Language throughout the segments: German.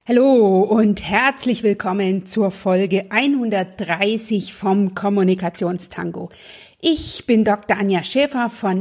Hallo und herzlich willkommen zur Folge 130 vom Kommunikationstango. Ich bin Dr. Anja Schäfer von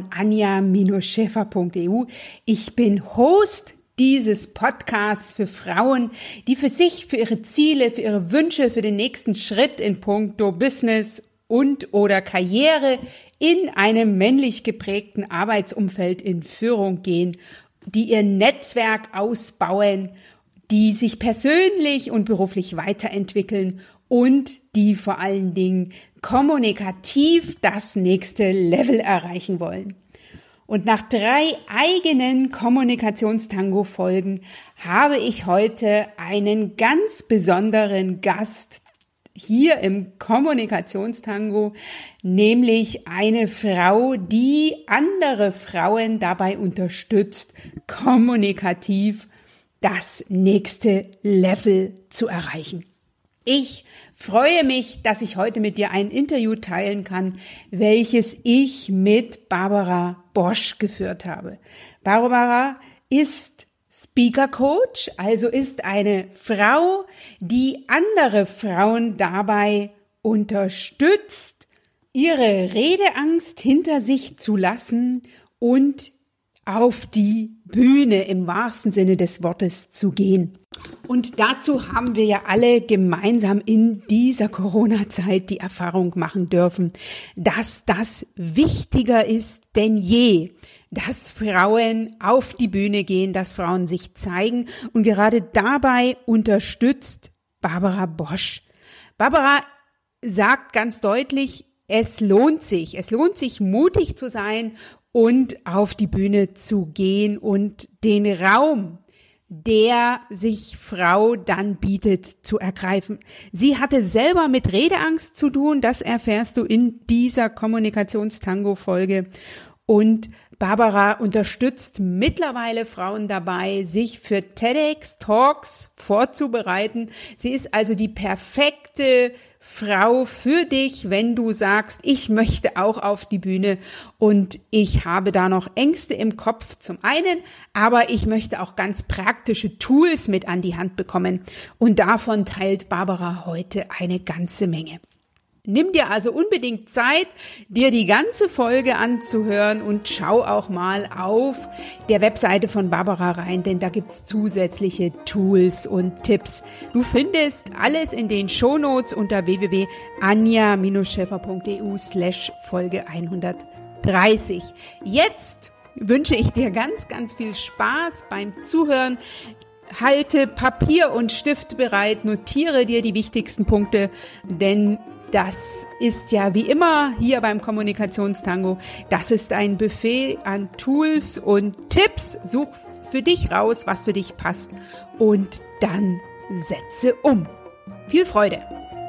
anja-schäfer.eu. Ich bin Host dieses Podcasts für Frauen, die für sich, für ihre Ziele, für ihre Wünsche, für den nächsten Schritt in puncto Business und oder Karriere in einem männlich geprägten Arbeitsumfeld in Führung gehen, die ihr Netzwerk ausbauen, die sich persönlich und beruflich weiterentwickeln und die vor allen Dingen kommunikativ das nächste Level erreichen wollen. Und nach 3 eigenen Kommunikationstango-Folgen habe ich heute einen ganz besonderen Gast hier im Kommunikationstango, nämlich eine Frau, die andere Frauen dabei unterstützt, kommunikativ das nächste Level zu erreichen. Ich freue mich, dass ich heute mit dir ein Interview teilen kann, welches ich mit Barbara Bosch geführt habe. Barbara ist Speaker Coach, also ist eine Frau, die andere Frauen dabei unterstützt, ihre Redeangst hinter sich zu lassen und auf die Bühne im wahrsten Sinne des Wortes zu gehen. Und dazu haben wir ja alle gemeinsam in dieser Corona-Zeit die Erfahrung machen dürfen, dass das wichtiger ist denn je, dass Frauen auf die Bühne gehen, dass Frauen sich zeigen, und gerade dabei unterstützt Barbara Bosch. Barbara sagt ganz deutlich, es lohnt sich mutig zu sein und auf die Bühne zu gehen und den Raum, der sich Frau dann bietet, zu ergreifen. Sie hatte selber mit Redeangst zu tun, das erfährst du in dieser Kommunikationstango-Folge. Und Barbara unterstützt mittlerweile Frauen dabei, sich für TEDx-Talks vorzubereiten. Sie ist also die perfekte Frau für dich, wenn du sagst, ich möchte auch auf die Bühne und ich habe da noch Ängste im Kopf zum einen, aber ich möchte auch ganz praktische Tools mit an die Hand bekommen, und davon teilt Barbara heute eine ganze Menge. Nimm dir also unbedingt Zeit, dir die ganze Folge anzuhören, und schau auch mal auf der Webseite von Barbara rein, denn da gibt's zusätzliche Tools und Tipps. Du findest alles in den Shownotes unter www.anja-schäfer.eu/Folge 130. Jetzt wünsche ich dir ganz, ganz viel Spaß beim Zuhören. Halte Papier und Stift bereit, notiere dir die wichtigsten Punkte, denn das ist ja wie immer hier beim Kommunikationstango, das ist ein Buffet an Tools und Tipps. Such für dich raus, was für dich passt, und dann setze um. Viel Freude!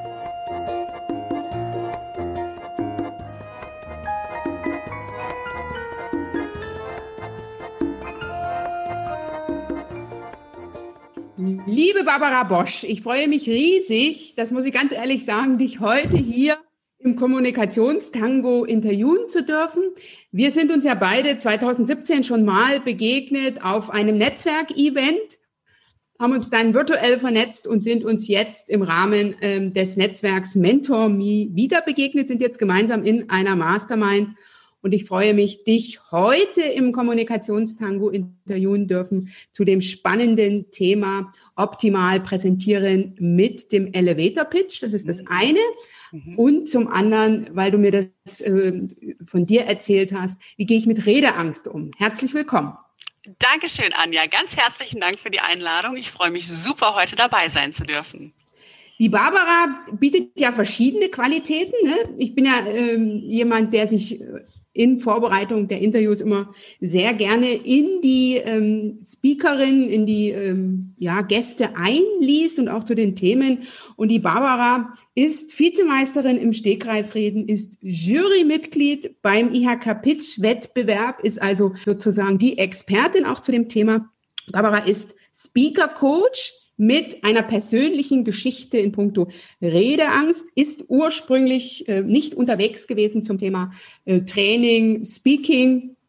Liebe Barbara Bosch, ich freue mich riesig, das muss ich ganz ehrlich sagen, dich heute hier im Kommunikationstango interviewen zu dürfen. Wir sind uns ja beide 2017 schon mal begegnet auf einem Netzwerkevent, haben uns dann virtuell vernetzt und sind uns jetzt im Rahmen des Netzwerks Mentor Me wieder begegnet, sind jetzt gemeinsam in einer Mastermind. Und ich freue mich, dich heute im Kommunikationstango interviewen dürfen zu dem spannenden Thema optimal präsentieren mit dem Elevator Pitch. Das ist das eine. Und zum anderen, weil du mir das von dir erzählt hast, wie gehe ich mit Redeangst um? Herzlich willkommen. Dankeschön, Anja. Ganz herzlichen Dank für die Einladung. Ich freue mich super, heute dabei sein zu dürfen. Die Barbara bietet ja verschiedene Qualitäten, ne? Ich bin ja jemand, der sich in Vorbereitung der Interviews immer sehr gerne in die Speakerin, in die Gäste einliest und auch zu den Themen. Und die Barbara ist Vizemeisterin im Stegreifreden, ist Jurymitglied beim IHK-Pitch-Wettbewerb, ist also sozusagen die Expertin auch zu dem Thema. Barbara ist Speaker-Coach mit einer persönlichen Geschichte in puncto Redeangst, ist ursprünglich nicht unterwegs gewesen zum Thema Training, Speaking,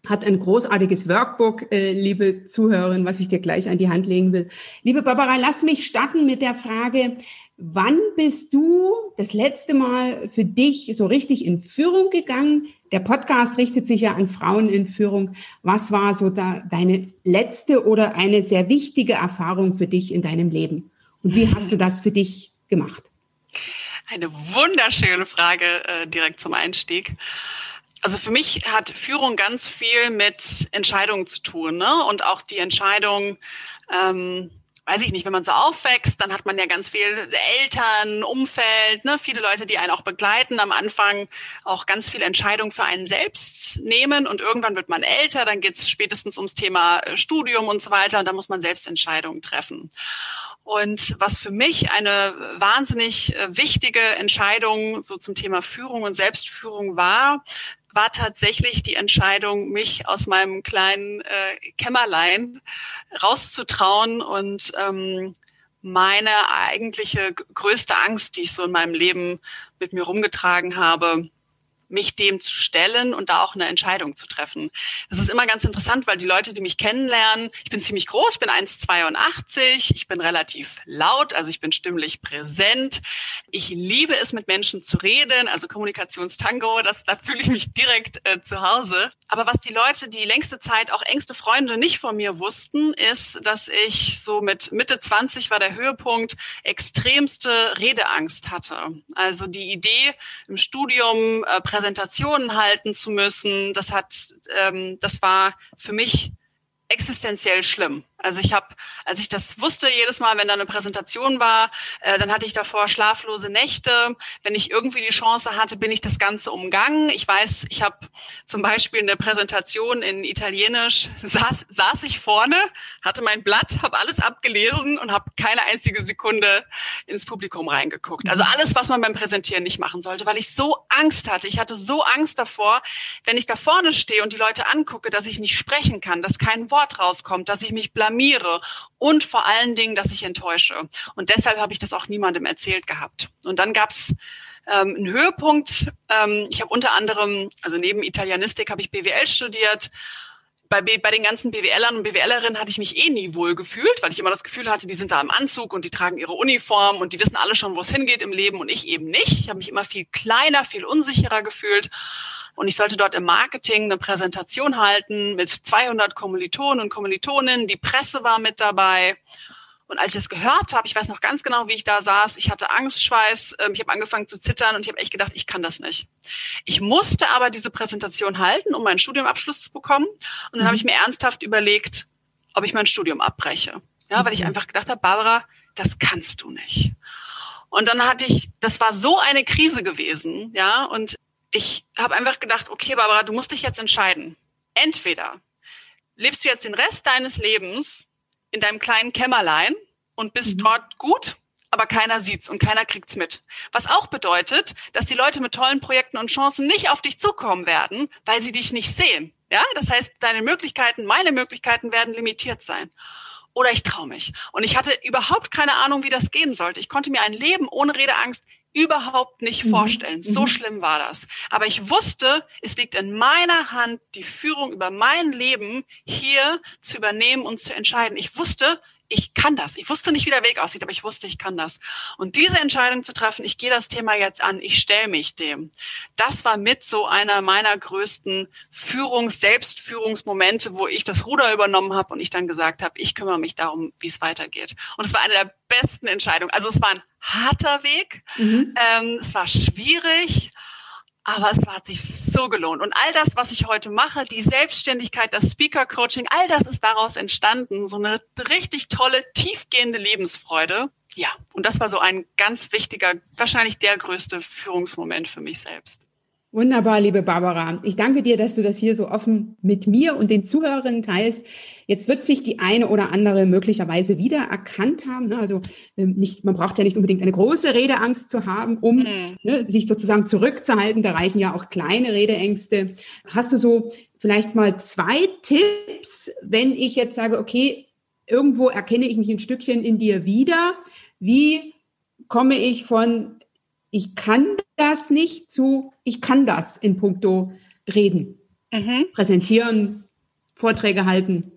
hat ein großartiges Workbook, liebe Zuhörerin, was ich dir gleich an die Hand legen will. Liebe Barbara, lass mich starten mit der Frage, wann bist du das letzte Mal für dich so richtig in Führung gegangen? Der Podcast richtet sich ja an Frauen in Führung. Was war so da deine letzte oder eine sehr wichtige Erfahrung für dich in deinem Leben? Und wie hast du das für dich gemacht? Eine wunderschöne Frage direkt zum Einstieg. Also für mich hat Führung ganz viel mit Entscheidungen zu tun, ne? Und auch die Entscheidung, weiß ich nicht, wenn man so aufwächst, dann hat man ja ganz viel Eltern, Umfeld, ne? Viele Leute, die einen auch begleiten, am Anfang auch ganz viele Entscheidungen für einen selbst nehmen und irgendwann wird man älter, dann geht es spätestens ums Thema Studium und so weiter und dann muss man selbst Entscheidungen treffen. Und was für mich eine wahnsinnig wichtige Entscheidung so zum Thema Führung und Selbstführung war tatsächlich die Entscheidung, mich aus meinem kleinen Kämmerlein rauszutrauen und meine eigentliche größte Angst, die ich so in meinem Leben mit mir rumgetragen habe, mich dem zu stellen und da auch eine Entscheidung zu treffen. Das ist immer ganz interessant, weil die Leute, die mich kennenlernen, ich bin ziemlich groß, ich bin 1,82, ich bin relativ laut, also ich bin stimmlich präsent. Ich liebe es, mit Menschen zu reden, also Kommunikationstango, da fühle ich mich direkt zu Hause. Aber was die Leute die längste Zeit, auch engste Freunde, nicht von mir wussten, ist, dass ich so mit Mitte 20 war der Höhepunkt, extremste Redeangst hatte. Also die Idee im Studium, Präsentationen halten zu müssen, das war für mich existenziell schlimm. Also als ich das wusste, jedes Mal, wenn da eine Präsentation war, dann hatte ich davor schlaflose Nächte. Wenn ich irgendwie die Chance hatte, bin ich das Ganze umgangen. Ich weiß, ich habe zum Beispiel eine Präsentation in Italienisch, saß ich vorne, hatte mein Blatt, habe alles abgelesen und habe keine einzige Sekunde ins Publikum reingeguckt. Also alles, was man beim Präsentieren nicht machen sollte, weil ich so Angst hatte. Ich hatte so Angst davor, wenn ich da vorne stehe und die Leute angucke, dass ich nicht sprechen kann, dass kein Wort rauskommt, dass ich mich blamiere und vor allen Dingen, dass ich enttäusche. Und deshalb habe ich das auch niemandem erzählt gehabt. Und dann gab's einen Höhepunkt. Ich habe unter anderem, also neben Italienistik habe ich BWL studiert. Bei den ganzen BWLern und BWLerinnen hatte ich mich nie wohl gefühlt, weil ich immer das Gefühl hatte, die sind da im Anzug und die tragen ihre Uniform und die wissen alle schon, wo es hingeht im Leben und ich eben nicht. Ich habe mich immer viel kleiner, viel unsicherer gefühlt. Und ich sollte dort im Marketing eine Präsentation halten mit 200 Kommilitonen und Kommilitoninnen. Die Presse war mit dabei. Und als ich das gehört habe, ich weiß noch ganz genau, wie ich da saß, ich hatte Angstschweiß, ich habe angefangen zu zittern und ich habe echt gedacht, ich kann das nicht. Ich musste aber diese Präsentation halten, um meinen Studiumabschluss zu bekommen. Und dann habe ich mir ernsthaft überlegt, ob ich mein Studium abbreche. Ja, weil ich einfach gedacht habe, Barbara, das kannst du nicht. Und dann das war so eine Krise gewesen, ja, und ich habe einfach gedacht, okay, Barbara, du musst dich jetzt entscheiden. Entweder lebst du jetzt den Rest deines Lebens in deinem kleinen Kämmerlein und bist dort gut, aber keiner sieht's und keiner kriegt's mit. Was auch bedeutet, dass die Leute mit tollen Projekten und Chancen nicht auf dich zukommen werden, weil sie dich nicht sehen. Ja, das heißt, meine Möglichkeiten werden limitiert sein. Oder ich traue mich. Und ich hatte überhaupt keine Ahnung, wie das gehen sollte. Ich konnte mir ein Leben ohne Redeangst überhaupt nicht vorstellen. So schlimm war das. Aber ich wusste, es liegt in meiner Hand, die Führung über mein Leben hier zu übernehmen und zu entscheiden. Ich wusste, ich kann das. Ich wusste nicht, wie der Weg aussieht, aber ich wusste, ich kann das. Und diese Entscheidung zu treffen, ich gehe das Thema jetzt an, ich stelle mich dem, das war mit so einer meiner größten Selbstführungsmomente, wo ich das Ruder übernommen habe und ich dann gesagt habe, ich kümmere mich darum, wie es weitergeht. Und es war eine der besten Entscheidungen. Also es war ein harter Weg, es war schwierig, aber es hat sich so gelohnt. Und all das, was ich heute mache, die Selbstständigkeit, das Speaker-Coaching, all das ist daraus entstanden. So eine richtig tolle, tiefgehende Lebensfreude. Ja, und das war so ein ganz wichtiger, wahrscheinlich der größte Führungsmoment für mich selbst. Wunderbar, liebe Barbara. Ich danke dir, dass du das hier so offen mit mir und den Zuhörerinnen teilst. Jetzt wird sich die eine oder andere möglicherweise wiedererkannt haben. Also man braucht ja nicht unbedingt eine große Redeangst zu haben, um sich sozusagen zurückzuhalten. Da reichen ja auch kleine Redeängste. Hast du so vielleicht mal 2 Tipps, wenn ich jetzt sage, okay, irgendwo erkenne ich mich ein Stückchen in dir wieder. Wie komme ich von ich kann das nicht zu, ich kann das in puncto Reden? Präsentieren, Vorträge halten.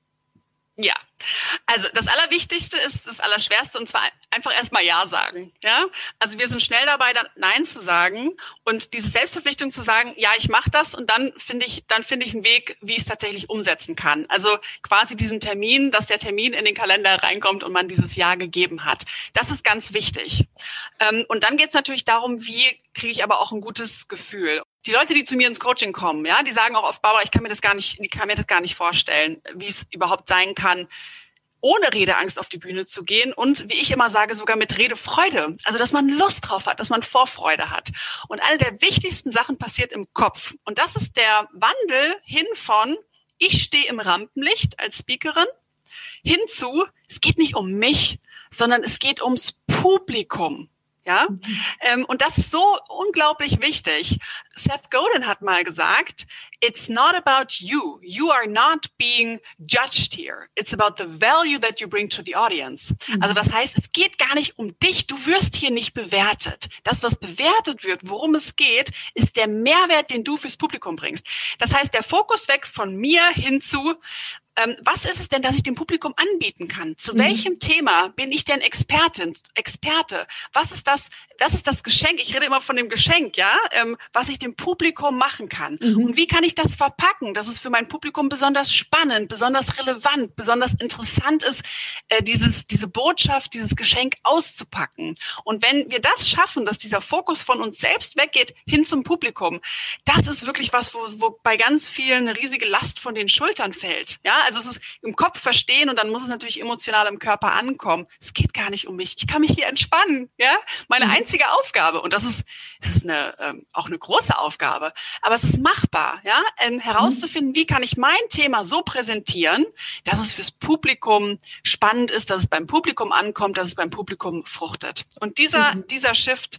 Ja, also das Allerwichtigste ist das Allerschwerste, und zwar einfach erstmal Ja sagen. Ja, also wir sind schnell dabei, dann Nein zu sagen und diese Selbstverpflichtung zu sagen, ja, ich mache das, und dann finde ich einen Weg, wie ich es tatsächlich umsetzen kann. Also quasi diesen Termin, dass der Termin in den Kalender reinkommt und man dieses Ja gegeben hat. Das ist ganz wichtig. Und dann geht es natürlich darum, wie kriege ich aber auch ein gutes Gefühl. Die Leute, die zu mir ins Coaching kommen, ja, die sagen auch oft, Barbara, ich kann mir das gar nicht vorstellen, wie es überhaupt sein kann, ohne Redeangst auf die Bühne zu gehen und, wie ich immer sage, sogar mit Redefreude. Also, dass man Lust drauf hat, dass man Vorfreude hat. Und eine der wichtigsten Sachen passiert im Kopf. Und das ist der Wandel hin von, ich stehe im Rampenlicht als Speakerin, hinzu, es geht nicht um mich, sondern es geht ums Publikum. Ja, und das ist so unglaublich wichtig. Seth Godin hat mal gesagt, it's not about you. You are not being judged here. It's about the value that you bring to the audience. Also das heißt, es geht gar nicht um dich. Du wirst hier nicht bewertet. Das, was bewertet wird, worum es geht, ist der Mehrwert, den du fürs Publikum bringst. Das heißt, der Fokus weg von mir hin zu, was ist es denn, dass ich dem Publikum anbieten kann? Zu welchem Thema bin ich denn Experte? Was ist das? Das ist das Geschenk. Ich rede immer von dem Geschenk, ja, was ich dem Publikum machen kann. Und wie kann ich das verpacken, dass es für mein Publikum besonders spannend, besonders relevant, besonders interessant ist, diese Botschaft, dieses Geschenk auszupacken. Und wenn wir das schaffen, dass dieser Fokus von uns selbst weggeht hin zum Publikum, das ist wirklich was, wo bei ganz vielen eine riesige Last von den Schultern fällt. Ja, also es ist im Kopf verstehen und dann muss es natürlich emotional im Körper ankommen. Es geht gar nicht um mich. Ich kann mich hier entspannen. Ja, meine einzige Aufgabe, und das ist auch eine große Aufgabe, aber es ist machbar, ja, herauszufinden, wie kann ich mein Thema so präsentieren, dass es fürs Publikum spannend ist, dass es beim Publikum ankommt, dass es beim Publikum fruchtet. Und dieser Shift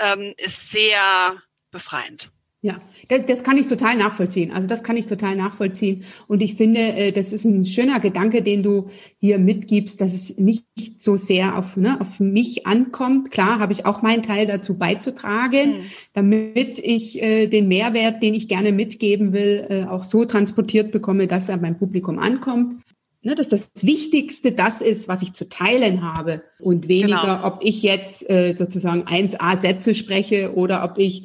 ist sehr befreiend. Ja, das kann ich total nachvollziehen. Also das kann ich total nachvollziehen. Und ich finde, das ist ein schöner Gedanke, den du hier mitgibst, dass es nicht so sehr auf mich ankommt. Klar, habe ich auch meinen Teil dazu beizutragen, damit ich den Mehrwert, den ich gerne mitgeben will, auch so transportiert bekomme, dass er beim Publikum ankommt. Ne, dass das Wichtigste das ist, was ich zu teilen habe und weniger, ob ich jetzt sozusagen 1A-Sätze spreche oder ob ich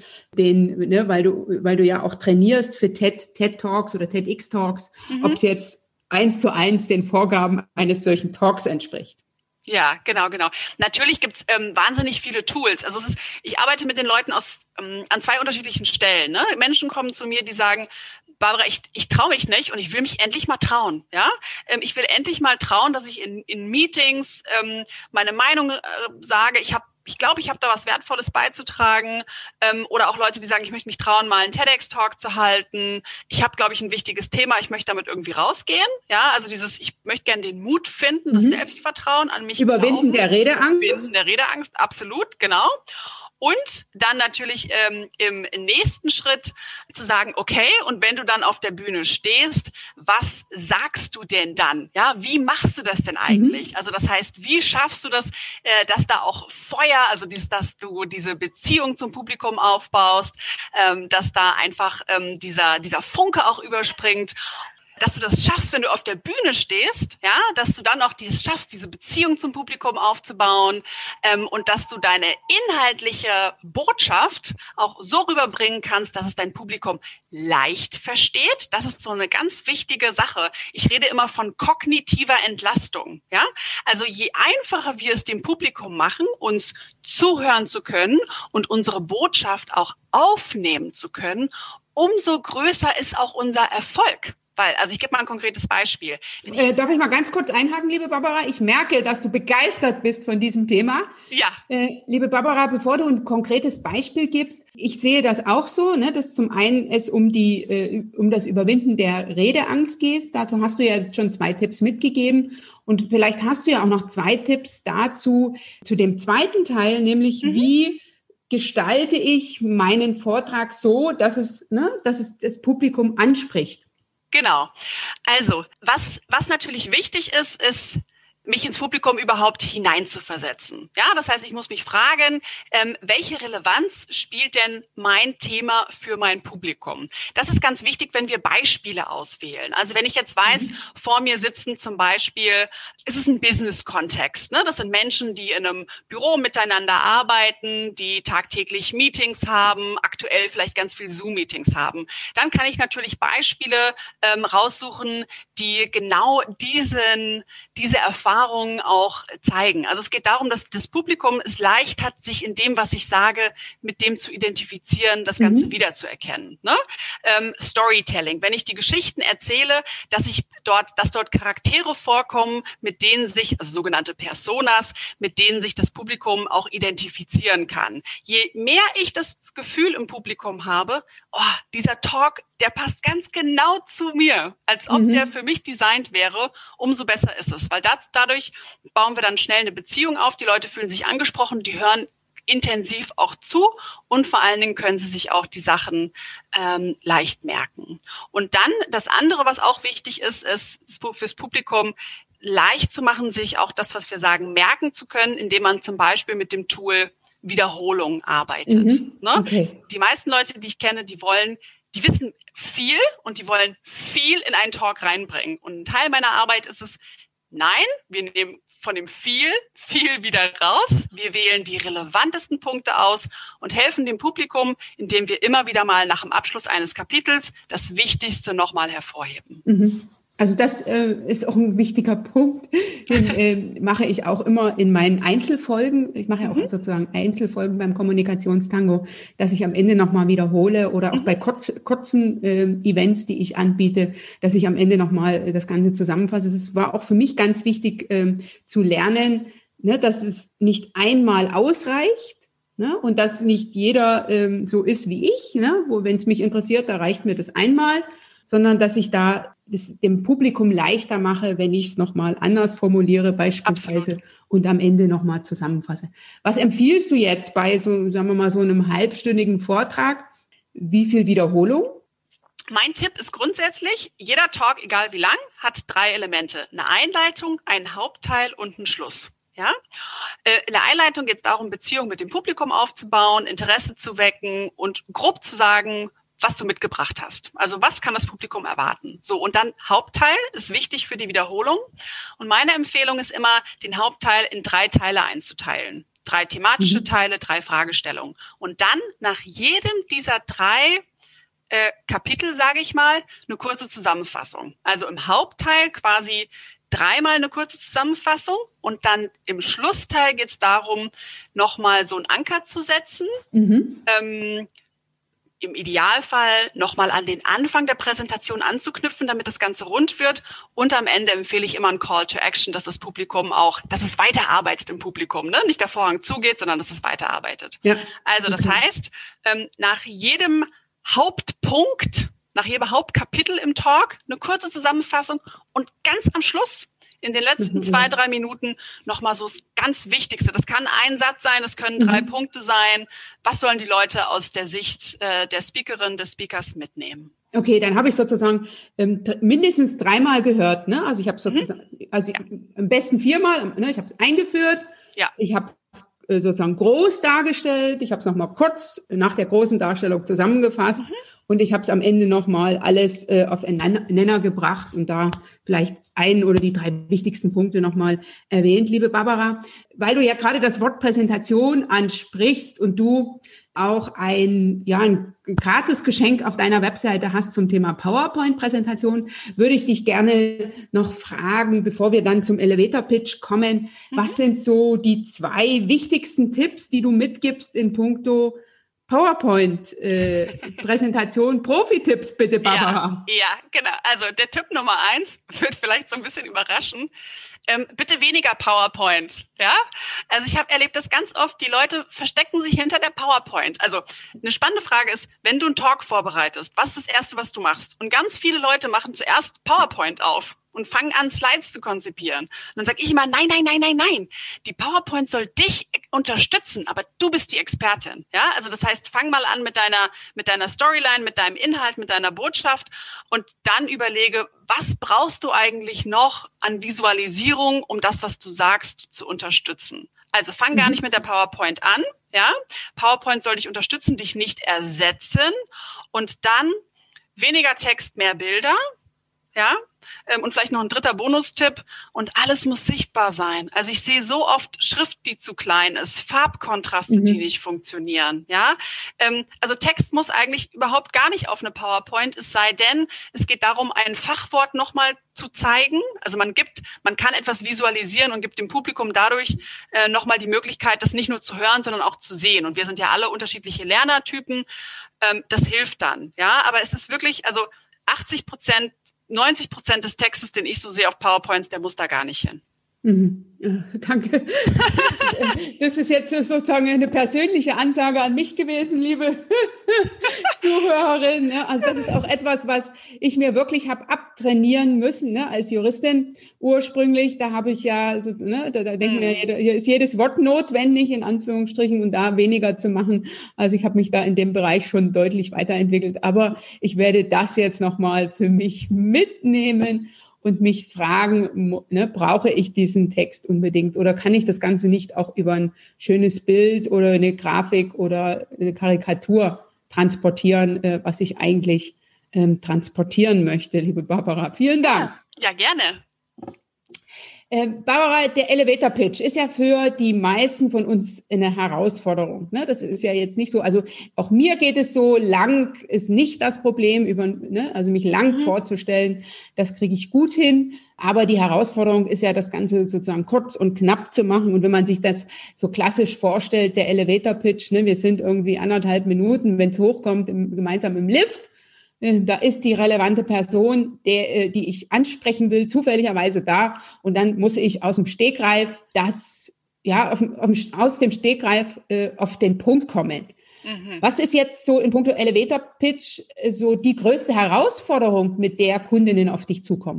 weil du ja auch trainierst für TED-Talks oder TEDx-Talks, ob es jetzt 1:1 den Vorgaben eines solchen Talks entspricht. Ja, genau. Natürlich gibt's wahnsinnig viele Tools. Also ich arbeite mit den Leuten an zwei unterschiedlichen Stellen. Ne? Menschen kommen zu mir, die sagen, Barbara, ich traue mich nicht und ich will mich endlich mal trauen. Ja, ich will endlich mal trauen, dass ich in Meetings meine Meinung sage. Ich glaube, ich habe da was Wertvolles beizutragen. Oder auch Leute, die sagen, ich möchte mich trauen, mal einen TEDx-Talk zu halten. Ich habe, glaube ich, ein wichtiges Thema. Ich möchte damit irgendwie rausgehen. Ja, also ich möchte gerne den Mut finden, das Selbstvertrauen an mich Überwinden der Redeangst. Überwinden der Redeangst, absolut, genau. Und dann natürlich im nächsten Schritt zu sagen, okay, und wenn du dann auf der Bühne stehst, was sagst du denn dann? Ja, wie machst du das denn eigentlich? Also das heißt, wie schaffst du das, dass da auch Feuer, also dass du diese Beziehung zum Publikum aufbaust, dass da einfach dieser Funke auch überspringt. Dass du das schaffst, wenn du auf der Bühne stehst, ja, dass du dann auch schaffst, diese Beziehung zum Publikum aufzubauen, und dass du deine inhaltliche Botschaft auch so rüberbringen kannst, dass es dein Publikum leicht versteht. Das ist so eine ganz wichtige Sache. Ich rede immer von kognitiver Entlastung, ja. Also je einfacher wir es dem Publikum machen, uns zuhören zu können und unsere Botschaft auch aufnehmen zu können, umso größer ist auch unser Erfolg. Also ich gebe mal ein konkretes Beispiel. Darf ich mal ganz kurz einhaken, liebe Barbara? Ich merke, dass du begeistert bist von diesem Thema. Ja. Liebe Barbara, bevor du ein konkretes Beispiel gibst, ich sehe das auch so, ne, dass zum einen es um das Überwinden der Redeangst geht. Dazu hast du ja schon 2 Tipps mitgegeben. Und vielleicht hast du ja auch noch 2 Tipps dazu, zu dem zweiten Teil, nämlich wie gestalte ich meinen Vortrag so, dass es das Publikum anspricht. Genau. Also, was natürlich wichtig ist, mich ins Publikum überhaupt hineinzuversetzen. Ja, das heißt, ich muss mich fragen, welche Relevanz spielt denn mein Thema für mein Publikum? Das ist ganz wichtig, wenn wir Beispiele auswählen. Also wenn ich jetzt weiß, vor mir sitzen zum Beispiel, es ist ein Business-Kontext, ne? Das sind Menschen, die in einem Büro miteinander arbeiten, die tagtäglich Meetings haben, aktuell vielleicht ganz viel Zoom-Meetings haben. Dann kann ich natürlich Beispiele raussuchen, die genau diese Erfahrungen auch zeigen. Also es geht darum, dass das Publikum es leicht hat, sich in dem, was ich sage, mit dem zu identifizieren, das Ganze wiederzuerkennen. Ne? Storytelling, wenn ich die Geschichten erzähle, dass dort Charaktere vorkommen, mit denen sich, also sogenannte Personas, mit denen sich das Publikum auch identifizieren kann. Je mehr ich das Gefühl im Publikum habe, dieser Talk, der passt ganz genau zu mir, als ob der für mich designt wäre, umso besser ist es. Weil dadurch bauen wir dann schnell eine Beziehung auf, die Leute fühlen sich angesprochen, die hören intensiv auch zu und vor allen Dingen können sie sich auch die Sachen leicht merken. Und dann das andere, was auch wichtig ist fürs Publikum leicht zu machen, sich auch das, was wir sagen, merken zu können, indem man zum Beispiel mit dem Tool Wiederholung arbeitet. Ne? Okay. Die meisten Leute, die ich kenne, die wissen viel und die wollen viel in einen Talk reinbringen. Und ein Teil meiner Arbeit ist es, nein, wir nehmen von dem viel wieder raus. Wir wählen die relevantesten Punkte aus und helfen dem Publikum, indem wir immer wieder mal nach dem Abschluss eines Kapitels das Wichtigste nochmal hervorheben. Mhm. Also das ist auch ein wichtiger Punkt, den mache ich auch immer in meinen Einzelfolgen. Ich mache ja auch sozusagen Einzelfolgen beim Kommunikationstango, dass ich am Ende nochmal wiederhole oder auch bei kurzen Events, die ich anbiete, dass ich am Ende nochmal das Ganze zusammenfasse. Das war auch für mich ganz wichtig zu lernen, ne, dass es nicht einmal ausreicht. Ne, und dass nicht jeder so ist wie ich, ne, wo, wenn es mich interessiert, da reicht mir das einmal, sondern dass ich da es dem Publikum leichter mache, wenn ich es nochmal anders formuliere beispielsweise. Absolut. Und am Ende nochmal zusammenfasse. Was empfiehlst du jetzt bei so, sagen wir mal, so einem halbstündigen Vortrag? Wie viel Wiederholung? Mein Tipp ist grundsätzlich, jeder Talk, egal wie lang, hat 3 Elemente. Eine Einleitung, einen Hauptteil und einen Schluss. Ja? In der Einleitung geht es darum, Beziehungen mit dem Publikum aufzubauen, Interesse zu wecken und grob zu sagen, was du mitgebracht hast. Also was kann das Publikum erwarten? So, und dann Hauptteil ist wichtig für die Wiederholung. Und meine Empfehlung ist immer, den Hauptteil in 3 Teile einzuteilen. 3 thematische Teile, 3 Fragestellungen. Und dann nach jedem dieser 3 Kapitel, sage ich mal, eine kurze Zusammenfassung. Also im Hauptteil quasi 3-mal eine kurze Zusammenfassung und dann im Schlussteil geht es darum, nochmal so einen Anker zu setzen. Im Idealfall nochmal an den Anfang der Präsentation anzuknüpfen, damit das Ganze rund wird. Und am Ende empfehle ich immer einen Call to Action, dass das Publikum auch, dass es weiterarbeitet im Publikum, ne? Nicht der Vorhang zugeht, sondern dass es weiterarbeitet. Ja. Also das heißt, nach jedem Hauptpunkt, nach jedem Hauptkapitel im Talk eine kurze Zusammenfassung und ganz am Schluss in den letzten 2-3 Minuten nochmal so das ganz Wichtigste. Das kann ein Satz sein, es können 3 Punkte sein. Was sollen die Leute aus der Sicht der Speakerin, des Speakers mitnehmen? Okay, dann habe ich sozusagen mindestens 3-mal gehört. Ne? Also ich habe sozusagen, am besten 4-mal. Ne? Ich habe es eingeführt. Ja. Ich habe es sozusagen groß dargestellt. Ich habe es nochmal kurz nach der großen Darstellung zusammengefasst. Und ich habe es am Ende nochmal alles auf den Nenner gebracht und da vielleicht einen oder die 3 wichtigsten Punkte nochmal erwähnt, liebe Barbara. Weil du ja gerade das Wort Präsentation ansprichst und du auch ein Gratis-Geschenk auf deiner Webseite hast zum Thema PowerPoint-Präsentation, würde ich dich gerne noch fragen, bevor wir dann zum Elevator-Pitch kommen. Was sind so die 2 wichtigsten Tipps, die du mitgibst in puncto PowerPoint-Präsentation, Profi-Tipps bitte, Barbara. Ja, genau. Also der Tipp Nummer 1 wird vielleicht so ein bisschen überraschen. Bitte weniger PowerPoint. Ja, also ich habe erlebt, dass ganz oft die Leute verstecken sich hinter der PowerPoint. Also eine spannende Frage ist, wenn du einen Talk vorbereitest, was ist das Erste, was du machst? Und ganz viele Leute machen zuerst PowerPoint auf und fangen an, Slides zu konzipieren. Und dann sage ich immer, nein. Die PowerPoint soll dich unterstützen, aber du bist die Expertin. Ja, also das heißt, fang mal an mit deiner Storyline, mit deinem Inhalt, mit deiner Botschaft und dann überlege, was brauchst du eigentlich noch an Visualisierung, um das, was du sagst, zu unterstützen? Also fang gar nicht mit der PowerPoint an. Ja, PowerPoint soll dich unterstützen, dich nicht ersetzen und dann weniger Text, mehr Bilder. Ja, und vielleicht noch ein dritter Bonustipp. Und alles muss sichtbar sein. Also ich sehe so oft Schrift, die zu klein ist, Farbkontraste, die nicht funktionieren. Ja, also Text muss eigentlich überhaupt gar nicht auf eine PowerPoint, es sei denn, es geht darum, ein Fachwort nochmal zu zeigen. Also man kann etwas visualisieren und gibt dem Publikum dadurch nochmal die Möglichkeit, das nicht nur zu hören, sondern auch zu sehen. Und wir sind ja alle unterschiedliche Lernertypen. Das hilft dann. Ja, aber es ist wirklich, also 90% des Textes, den ich so sehe auf PowerPoints, der muss da gar nicht hin. Ja, danke. Das ist jetzt sozusagen eine persönliche Ansage an mich gewesen, liebe Zuhörerin. Also das ist auch etwas, was ich mir wirklich habe abtrainieren müssen, als Juristin ursprünglich. Da habe ich ja, da denkt mir, hier ist jedes Wort notwendig, in Anführungsstrichen, und da weniger zu machen. Also ich habe mich da in dem Bereich schon deutlich weiterentwickelt. Aber ich werde das jetzt nochmal für mich mitnehmen und mich fragen, brauche ich diesen Text unbedingt oder kann ich das Ganze nicht auch über ein schönes Bild oder eine Grafik oder eine Karikatur transportieren, was ich eigentlich transportieren möchte, liebe Barbara. Vielen Dank. Ja, gerne. Barbara, der Elevator Pitch ist ja für die meisten von uns eine Herausforderung. Das ist ja jetzt nicht so, also auch mir geht es so, lang ist nicht das Problem, also mich lang vorzustellen, das kriege ich gut hin. Aber die Herausforderung ist ja, das Ganze sozusagen kurz und knapp zu machen. Und wenn man sich das so klassisch vorstellt, der Elevator Pitch, wir sind irgendwie 1,5 Minuten, wenn es hochkommt, gemeinsam im Lift. Da ist die relevante Person, die ich ansprechen will, zufälligerweise da. Und dann muss ich aus dem Stegreif aus dem Stegreif auf den Punkt kommen. Was ist jetzt so in puncto Elevator Pitch so die größte Herausforderung, mit der Kundinnen auf dich zukommen?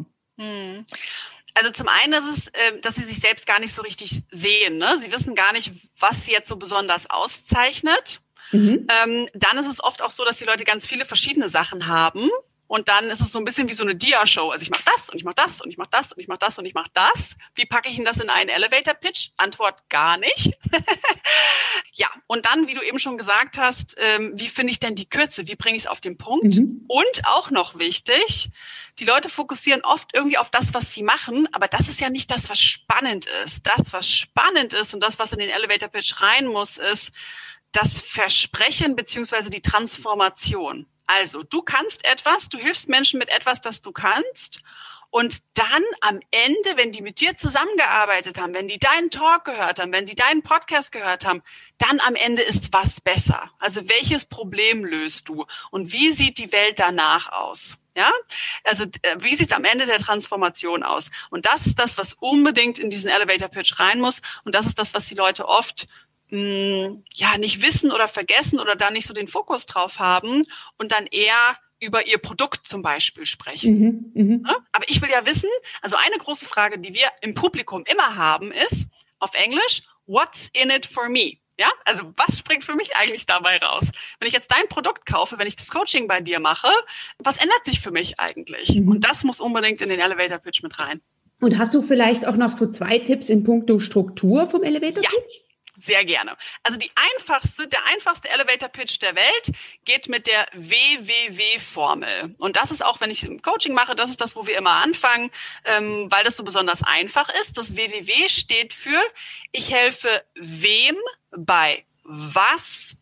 Also zum einen ist es, dass sie sich selbst gar nicht so richtig sehen. Ne? Sie wissen gar nicht, was sie jetzt so besonders auszeichnet. Dann ist es oft auch so, dass die Leute ganz viele verschiedene Sachen haben und dann ist es so ein bisschen wie so eine Dia-Show. Also ich mache das und ich mache das und ich mache das und ich mache das und ich mache das. Wie packe ich denn das in einen Elevator-Pitch? Antwort: gar nicht. Ja, und dann, wie du eben schon gesagt hast, wie finde ich denn die Kürze? Wie bringe ich es auf den Punkt? Und auch noch wichtig, die Leute fokussieren oft irgendwie auf das, was sie machen, aber das ist ja nicht das, was spannend ist. Das, was spannend ist und das, was in den Elevator-Pitch rein muss, ist das Versprechen beziehungsweise die Transformation. Also du kannst etwas, du hilfst Menschen mit etwas, das du kannst und dann am Ende, wenn die mit dir zusammengearbeitet haben, wenn die deinen Talk gehört haben, wenn die deinen Podcast gehört haben, dann am Ende ist was besser. Also welches Problem löst du und wie sieht die Welt danach aus? Ja, also wie sieht es am Ende der Transformation aus? Und das ist das, was unbedingt in diesen Elevator Pitch rein muss und das ist das, was die Leute oft nicht wissen oder vergessen oder da nicht so den Fokus drauf haben und dann eher über ihr Produkt zum Beispiel sprechen. Ja? Aber ich will ja wissen, also eine große Frage, die wir im Publikum immer haben, ist auf Englisch, what's in it for me? Ja, also was springt für mich eigentlich dabei raus? Wenn ich jetzt dein Produkt kaufe, wenn ich das Coaching bei dir mache, was ändert sich für mich eigentlich? Und das muss unbedingt in den Elevator Pitch mit rein. Und hast du vielleicht auch noch so 2 Tipps in puncto Struktur vom Elevator Pitch? Ja. Sehr gerne. Also der einfachste Elevator Pitch der Welt geht mit der WWW-Formel. Und das ist auch, wenn ich ein Coaching mache, das ist das, wo wir immer anfangen, weil das so besonders einfach ist. Das WWW steht für: Ich helfe wem bei was,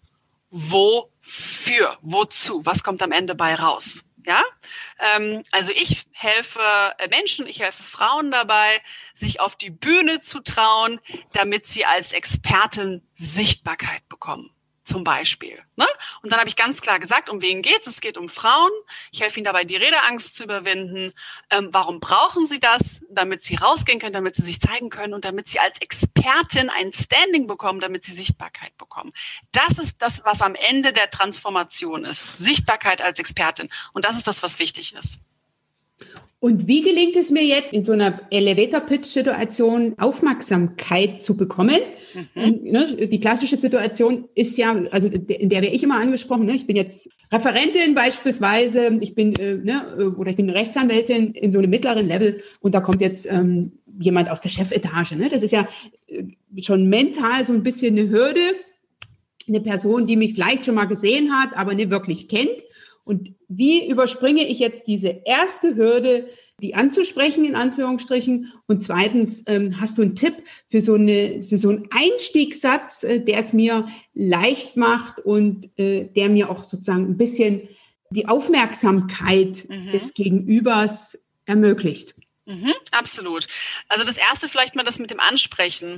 wofür, wozu. Was kommt am Ende bei raus? Ja, also ich helfe Menschen, ich helfe Frauen dabei, sich auf die Bühne zu trauen, damit sie als Expertin Sichtbarkeit bekommen. Zum Beispiel. Ne? Und dann habe ich ganz klar gesagt, um wen geht's? Es geht um Frauen. Ich helfe ihnen dabei, die Redeangst zu überwinden. Warum brauchen sie das? Damit sie rausgehen können, damit sie sich zeigen können und damit sie als Expertin ein Standing bekommen, damit sie Sichtbarkeit bekommen. Das ist das, was am Ende der Transformation ist. Sichtbarkeit als Expertin. Und das ist das, was wichtig ist. Und wie gelingt es mir jetzt, in so einer Elevator-Pitch-Situation Aufmerksamkeit zu bekommen? Die klassische Situation ist ja, also in der werde ich immer angesprochen, ich bin jetzt Referentin beispielsweise, ich bin Rechtsanwältin in so einem mittleren Level und da kommt jetzt jemand aus der Chefetage. Das ist ja schon mental so ein bisschen eine Hürde, eine Person, die mich vielleicht schon mal gesehen hat, aber nicht wirklich kennt. Und wie überspringe ich jetzt diese erste Hürde, die anzusprechen, in Anführungsstrichen? Und zweitens, hast du einen Tipp für so einen Einstiegssatz, der es mir leicht macht und der mir auch sozusagen ein bisschen die Aufmerksamkeit des Gegenübers ermöglicht? Absolut. Also das erste vielleicht mal das mit dem Ansprechen.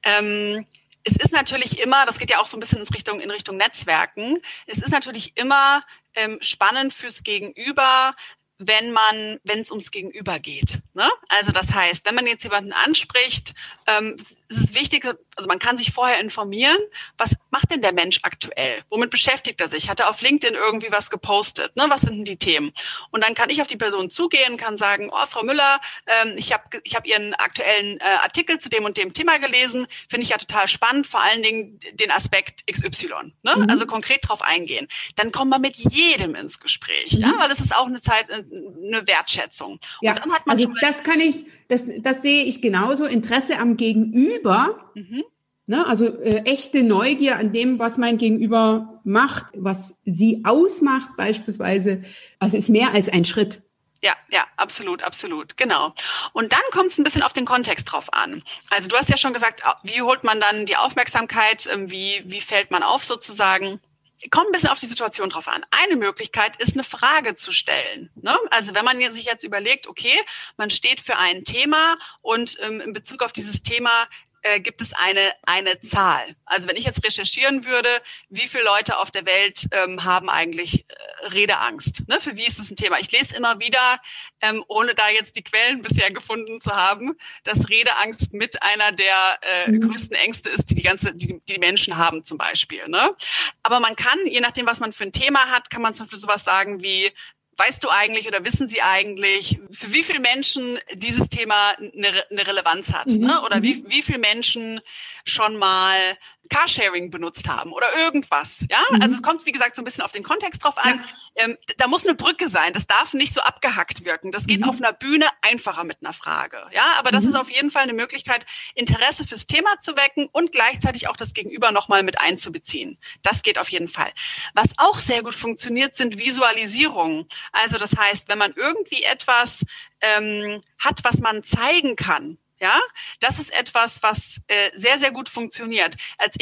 Es ist natürlich immer, das geht ja auch so ein bisschen in Richtung Netzwerken, es ist natürlich immer spannend fürs Gegenüber, wenn es ums Gegenüber geht. Ne? Also das heißt, wenn man jetzt jemanden anspricht, ist es wichtig, also man kann sich vorher informieren, was macht denn der Mensch aktuell? Womit beschäftigt er sich? Hat er auf LinkedIn irgendwie was gepostet? Ne? Was sind denn die Themen? Und dann kann ich auf die Person zugehen, kann sagen, oh, Frau Müller, ich hab Ihren aktuellen Artikel zu dem und dem Thema gelesen, finde ich ja total spannend, vor allen Dingen den Aspekt XY. Ne? Also konkret drauf eingehen. Dann kommt man mit jedem ins Gespräch, ja? Weil das ist auch eine Wertschätzung. Ja, und dann hat man also das sehe ich genauso, Interesse am Gegenüber, also echte Neugier an dem, was mein Gegenüber macht, was sie ausmacht beispielsweise, also ist mehr als ein Schritt. Ja, absolut, genau. Und dann kommt es ein bisschen auf den Kontext drauf an. Also du hast ja schon gesagt, wie holt man dann die Aufmerksamkeit, wie fällt man auf sozusagen? Kommt ein bisschen auf die Situation drauf an. Eine Möglichkeit ist, eine Frage zu stellen. Ne? Also wenn man sich jetzt überlegt, okay, man steht für ein Thema und in Bezug auf dieses Thema gibt es eine Zahl. Also wenn ich jetzt recherchieren würde, wie viele Leute auf der Welt haben eigentlich Redeangst? Ne? Für wie ist das ein Thema? Ich lese immer wieder, ohne da jetzt die Quellen bisher gefunden zu haben, dass Redeangst mit einer der größten Ängste ist, die Menschen haben zum Beispiel. Ne? Aber man kann, je nachdem, was man für ein Thema hat, kann man zum Beispiel sowas sagen wie: Weißt du eigentlich oder wissen Sie eigentlich, für wie viele Menschen dieses Thema eine Relevanz hat? Ne? Oder wie viele Menschen schon mal Carsharing benutzt haben oder irgendwas? Ja, also es kommt, wie gesagt, so ein bisschen auf den Kontext drauf an. Ja. Da muss eine Brücke sein. Das darf nicht so abgehackt wirken. Das geht auf einer Bühne einfacher mit einer Frage. Ja, aber das ist auf jeden Fall eine Möglichkeit, Interesse fürs Thema zu wecken und gleichzeitig auch das Gegenüber nochmal mit einzubeziehen. Das geht auf jeden Fall. Was auch sehr gut funktioniert, sind Visualisierungen. Also das heißt, wenn man irgendwie etwas hat, was man zeigen kann, ja, das ist etwas, was sehr, sehr gut funktioniert. Als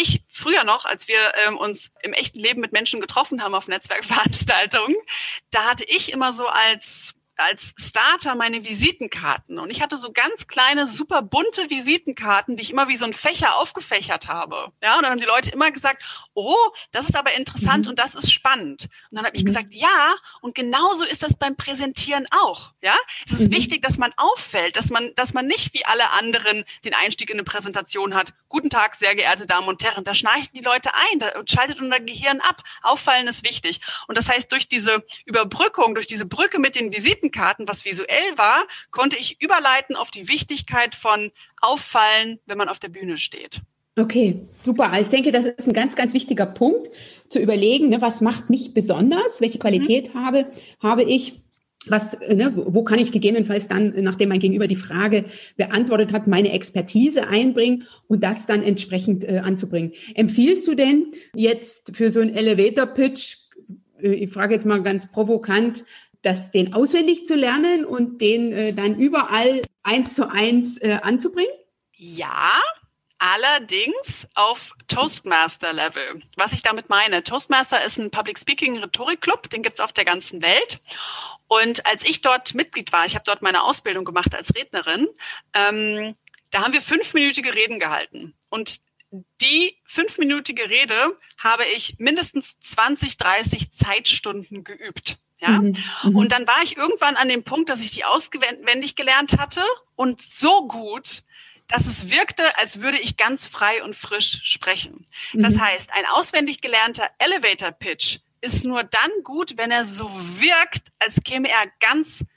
wir uns im echten Leben mit Menschen getroffen haben auf Netzwerkveranstaltungen, da hatte ich immer so als Starter meine Visitenkarten. Und ich hatte so ganz kleine, super bunte Visitenkarten, die ich immer wie so ein Fächer aufgefächert habe. Ja, und dann haben die Leute immer gesagt, oh, das ist aber interessant und das ist spannend. Und dann habe ich gesagt, ja, und genauso ist das beim Präsentieren auch. Ja, es ist wichtig, dass man auffällt, dass man nicht wie alle anderen den Einstieg in eine Präsentation hat. Guten Tag, sehr geehrte Damen und Herren. Da schnarchen die Leute ein, da schaltet unser Gehirn ab. Auffallen ist wichtig. Und das heißt, durch diese Überbrückung, durch diese Brücke mit den Visitenkarten, was visuell war, konnte ich überleiten auf die Wichtigkeit von Auffallen, wenn man auf der Bühne steht. Okay, super. Ich denke, das ist ein ganz, ganz wichtiger Punkt, zu überlegen, was macht mich besonders, welche Qualität habe ich, wo kann ich gegebenenfalls dann, nachdem mein Gegenüber die Frage beantwortet hat, meine Expertise einbringen und das dann entsprechend anzubringen. Empfiehlst du denn jetzt für so einen Elevator-Pitch, ich frage jetzt mal ganz provokant, den auswendig zu lernen und den dann überall 1:1 anzubringen? Ja, allerdings auf Toastmaster-Level. Was ich damit meine, Toastmaster ist ein Public-Speaking-Rhetorik-Club, den gibt's auf der ganzen Welt. Und als ich dort Mitglied war, ich habe dort meine Ausbildung gemacht als Rednerin, da haben wir 5-minütige Reden gehalten. Und die 5-minütige Rede habe ich mindestens 20, 30 Zeitstunden geübt. Ja? Und dann war ich irgendwann an dem Punkt, dass ich die auswendig gelernt hatte und so gut, dass es wirkte, als würde ich ganz frei und frisch sprechen. Das heißt, ein auswendig gelernter Elevator-Pitch ist nur dann gut, wenn er so wirkt, als käme er ganz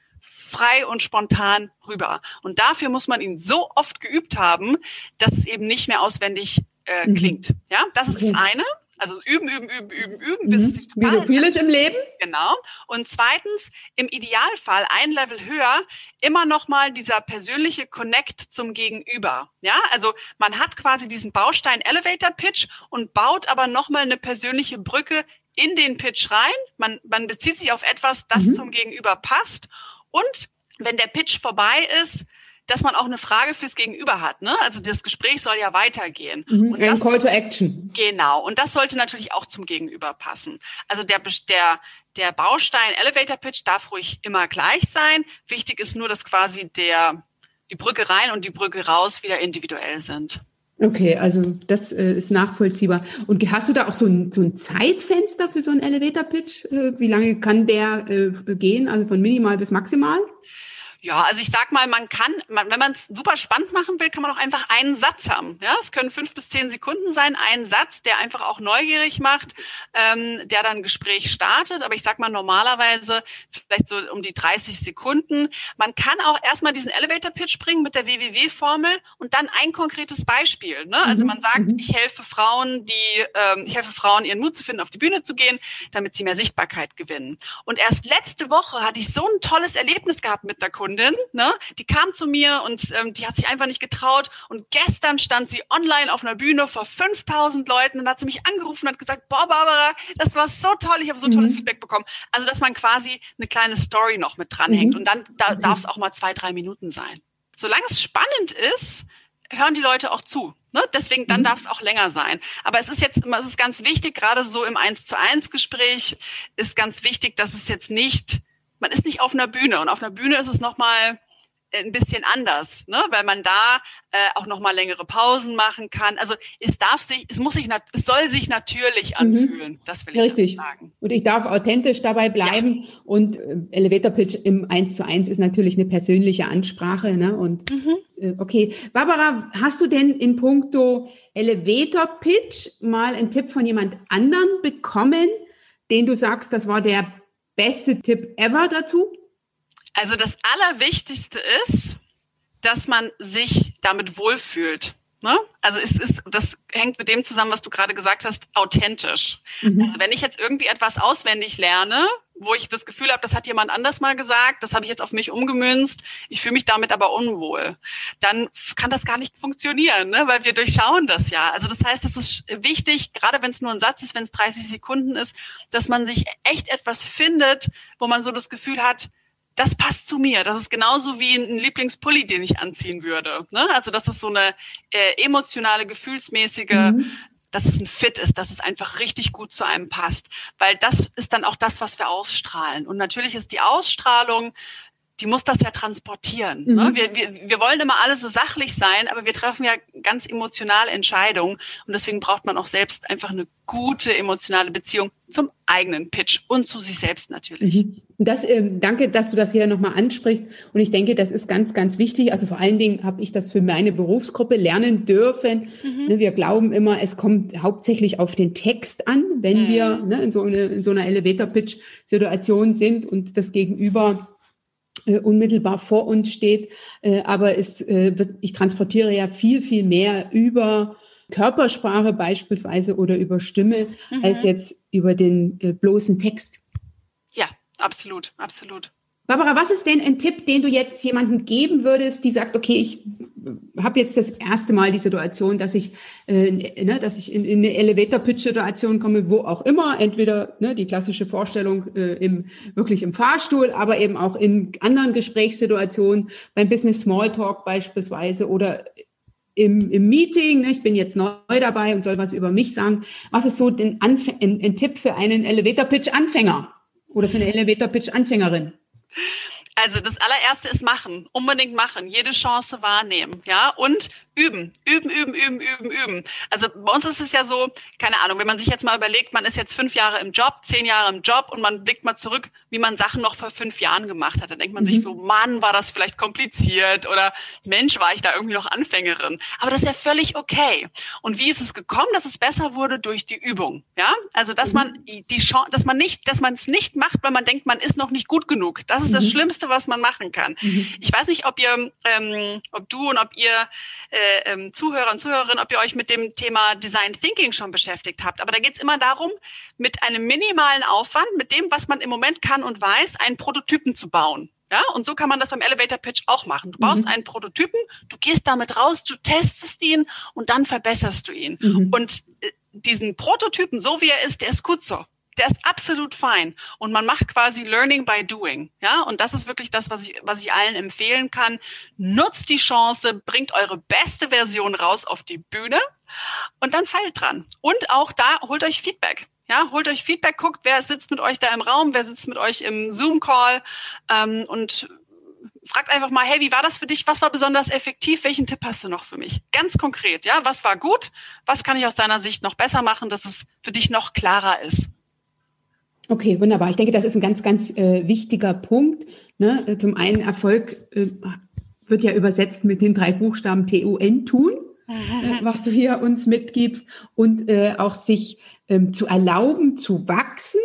frei und spontan rüber. Und dafür muss man ihn so oft geübt haben, dass es eben nicht mehr auswendig klingt. Ja, das ist das eine. Also üben, bis es sich total... Wie so vieles im Leben. Genau. Und zweitens, im Idealfall ein Level höher, immer nochmal dieser persönliche Connect zum Gegenüber. Ja, also man hat quasi diesen Baustein Elevator Pitch und baut aber nochmal eine persönliche Brücke in den Pitch rein. Man bezieht sich auf etwas, das zum Gegenüber passt. Und wenn der Pitch vorbei ist, dass man auch eine Frage fürs Gegenüber hat. Ne? Also das Gespräch soll ja weitergehen. Und ein Call to Action. Genau. Und das sollte natürlich auch zum Gegenüber passen. Also der Baustein Elevator Pitch darf ruhig immer gleich sein. Wichtig ist nur, dass quasi die Brücke rein und die Brücke raus wieder individuell sind. Okay, also das ist nachvollziehbar. Und hast du da auch so ein Zeitfenster für so einen Elevator Pitch? Wie lange kann der gehen? Also von minimal bis maximal? Ja, also ich sag mal, wenn man es super spannend machen will, kann man auch einfach einen Satz haben. Ja, es können 5 bis 10 Sekunden sein, ein Satz, der einfach auch neugierig macht, der dann ein Gespräch startet. Aber ich sag mal normalerweise vielleicht so um die 30 Sekunden. Man kann auch erstmal diesen Elevator Pitch bringen mit der WWW-Formel und dann ein konkretes Beispiel. Ne? Also man sagt, ich helfe Frauen, ihren Mut zu finden, auf die Bühne zu gehen, damit sie mehr Sichtbarkeit gewinnen. Und erst letzte Woche hatte ich so ein tolles Erlebnis gehabt mit der Kundin, ne? Die kam zu mir und die hat sich einfach nicht getraut. Und gestern stand sie online auf einer Bühne vor 5.000 Leuten und hat sie mich angerufen und hat gesagt, boah, Barbara, das war so toll, ich habe so tolles Feedback bekommen. Also, dass man quasi eine kleine Story noch mit dranhängt. Und dann darf es auch mal 2-3 Minuten sein. Solange es spannend ist, hören die Leute auch zu. Ne? Deswegen, dann darf es auch länger sein. Aber es ist ganz wichtig, gerade so im 1:1 Gespräch ist ganz wichtig, dass es jetzt nicht, man ist nicht auf einer Bühne und auf einer Bühne ist es nochmal ein bisschen anders, ne? Weil man da auch nochmal längere Pausen machen kann. Also es soll sich natürlich anfühlen. Das will ich damit sagen. Und ich darf authentisch dabei bleiben. Ja. Und Elevator Pitch im 1:1 ist natürlich eine persönliche Ansprache. Ne? Und okay, Barbara, hast du denn in puncto Elevator Pitch mal einen Tipp von jemand anderen bekommen, den du sagst, das war der beste Tipp ever dazu? Also das Allerwichtigste ist, dass man sich damit wohlfühlt. Ne? Also das hängt mit dem zusammen, was du gerade gesagt hast, authentisch. Also wenn ich jetzt irgendwie etwas auswendig lerne, wo ich das Gefühl habe, das hat jemand anders mal gesagt, das habe ich jetzt auf mich umgemünzt, ich fühle mich damit aber unwohl, dann kann das gar nicht funktionieren, ne? Weil wir durchschauen das ja. Also das heißt, es ist wichtig, gerade wenn es nur ein Satz ist, wenn es 30 Sekunden ist, dass man sich echt etwas findet, wo man so das Gefühl hat, das passt zu mir. Das ist genauso wie ein Lieblingspulli, den ich anziehen würde. Ne? Also das ist so eine emotionale, gefühlsmäßige, dass es ein Fit ist, dass es einfach richtig gut zu einem passt. Weil das ist dann auch das, was wir ausstrahlen. Und natürlich ist die Ausstrahlung, die muss das ja transportieren. Ne? Wir wollen immer alle so sachlich sein, aber wir treffen ja ganz emotional Entscheidungen. Und deswegen braucht man auch selbst einfach eine gute emotionale Beziehung zum eigenen Pitch und zu sich selbst natürlich. Danke, dass du das hier nochmal ansprichst. Und ich denke, das ist ganz, ganz wichtig. Also vor allen Dingen habe ich das für meine Berufsgruppe lernen dürfen. Wir glauben immer, es kommt hauptsächlich auf den Text an, wenn wir in so einer Elevator-Pitch-Situation sind und das Gegenüber unmittelbar vor uns steht. Aber ich transportiere ja viel, viel mehr über Körpersprache beispielsweise oder über Stimme als jetzt über den bloßen Text. Ja, absolut, absolut. Barbara, was ist denn ein Tipp, den du jetzt jemandem geben würdest, die sagt, okay, ich habe jetzt das erste Mal die Situation, dass ich in eine Elevator-Pitch-Situation komme, wo auch immer, entweder die klassische Vorstellung wirklich im Fahrstuhl, aber eben auch in anderen Gesprächssituationen, beim Business Smalltalk beispielsweise oder im Meeting, ich bin jetzt neu dabei und soll was über mich sagen. Was ist so ein Tipp für einen Elevator-Pitch-Anfänger oder für eine Elevator-Pitch-Anfängerin? Also das allererste ist machen, unbedingt machen, jede Chance wahrnehmen, ja, und üben. Also bei uns ist es ja so, keine Ahnung, wenn man sich jetzt mal überlegt, man ist jetzt 5 Jahre im Job, 10 Jahre im Job und man blickt mal zurück, wie man Sachen noch vor 5 Jahren gemacht hat. Dann denkt man sich so, Mann, war das vielleicht kompliziert oder Mensch, war ich da irgendwie noch Anfängerin. Aber das ist ja völlig okay. Und wie ist es gekommen, dass es besser wurde? Durch die Übung, ja. Also dass man es nicht macht, weil man denkt, man ist noch nicht gut genug. Das ist das Schlimmste, Beste, was man machen kann. Ich weiß nicht, ob du und ob ihr Zuhörer und Zuhörerinnen, ob ihr euch mit dem Thema Design Thinking schon beschäftigt habt. Aber da geht es immer darum, mit einem minimalen Aufwand, mit dem, was man im Moment kann und weiß, einen Prototypen zu bauen. Ja, und so kann man das beim Elevator Pitch auch machen. Du baust einen Prototypen, du gehst damit raus, du testest ihn und dann verbesserst du ihn. Und diesen Prototypen, so wie er ist, der ist gut so. Der ist absolut fein. Und man macht quasi Learning by Doing. Ja, und das ist wirklich das, was ich allen empfehlen kann. Nutzt die Chance, bringt eure beste Version raus auf die Bühne und dann feilt dran. Und auch da holt euch Feedback. Ja, holt euch Feedback, guckt, wer sitzt mit euch da im Raum, wer sitzt mit euch im Zoom-Call und fragt einfach mal, hey, wie war das für dich? Was war besonders effektiv? Welchen Tipp hast du noch für mich? Ganz konkret, ja, was war gut? Was kann ich aus deiner Sicht noch besser machen, dass es für dich noch klarer ist? Okay, wunderbar. Ich denke, das ist ein ganz, ganz wichtiger Punkt. Ne? Zum einen Erfolg wird ja übersetzt mit den 3 Buchstaben TUN, tun. Was du hier uns mitgibst und auch sich zu erlauben, zu wachsen,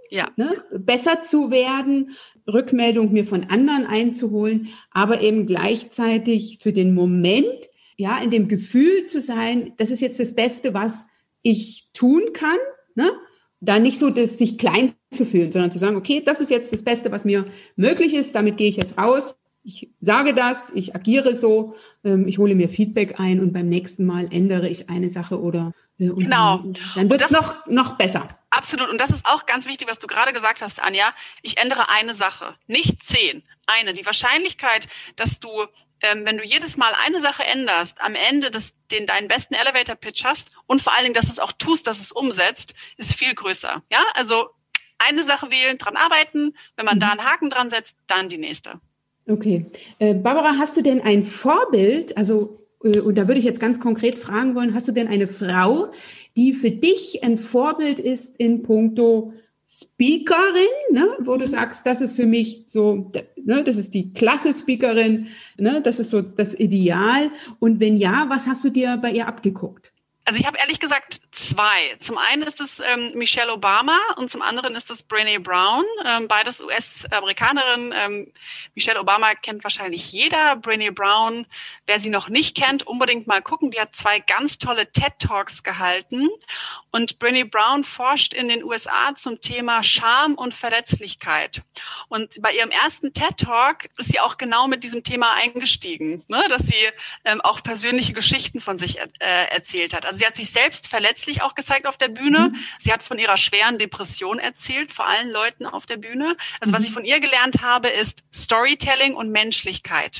ne, besser zu werden, Rückmeldung mir von anderen einzuholen, aber eben gleichzeitig für den Moment, ja, in dem Gefühl zu sein, das ist jetzt das Beste, was ich tun kann, ne? Da nicht so, das sich klein zu fühlen, sondern zu sagen, okay, das ist jetzt das Beste, was mir möglich ist, damit gehe ich jetzt raus. Ich sage das, ich agiere so, ich hole mir Feedback ein und beim nächsten Mal ändere ich eine Sache oder genau. Dann wird es noch besser. Absolut. Und das ist auch ganz wichtig, was du gerade gesagt hast, Anja. Ich ändere eine Sache, nicht 10. Eine. Die Wahrscheinlichkeit, dass du, wenn du jedes Mal eine Sache änderst, am Ende deinen besten Elevator-Pitch hast und vor allen Dingen, dass du es auch tust, dass es umsetzt, ist viel größer. Ja, also eine Sache wählen, dran arbeiten. Wenn man da einen Haken dran setzt, dann die nächste. Okay. Barbara, hast du denn ein Vorbild, und da würde ich jetzt ganz konkret fragen wollen, hast du denn eine Frau, die für dich ein Vorbild ist in puncto Speakerin, ne, wo du sagst, das ist für mich so, ne, das ist die klasse Speakerin, ne, das ist so das Ideal. Und wenn ja, was hast du dir bei ihr abgeguckt? Also ich habe ehrlich gesagt 2. Zum einen ist es Michelle Obama und zum anderen ist es Brené Brown, beides US-Amerikanerin. Michelle Obama kennt wahrscheinlich jeder. Brené Brown, wer sie noch nicht kennt, unbedingt mal gucken. Die hat 2 ganz tolle TED-Talks gehalten. Und Brené Brown forscht in den USA zum Thema Scham und Verletzlichkeit. Und bei ihrem ersten TED-Talk ist sie auch genau mit diesem Thema eingestiegen, ne? Dass sie auch persönliche Geschichten von sich erzählt hat. Also sie hat sich selbst verletzlich auch gezeigt auf der Bühne. Sie hat von ihrer schweren Depression erzählt, vor allen Leuten auf der Bühne. Also was ich von ihr gelernt habe, ist Storytelling und Menschlichkeit.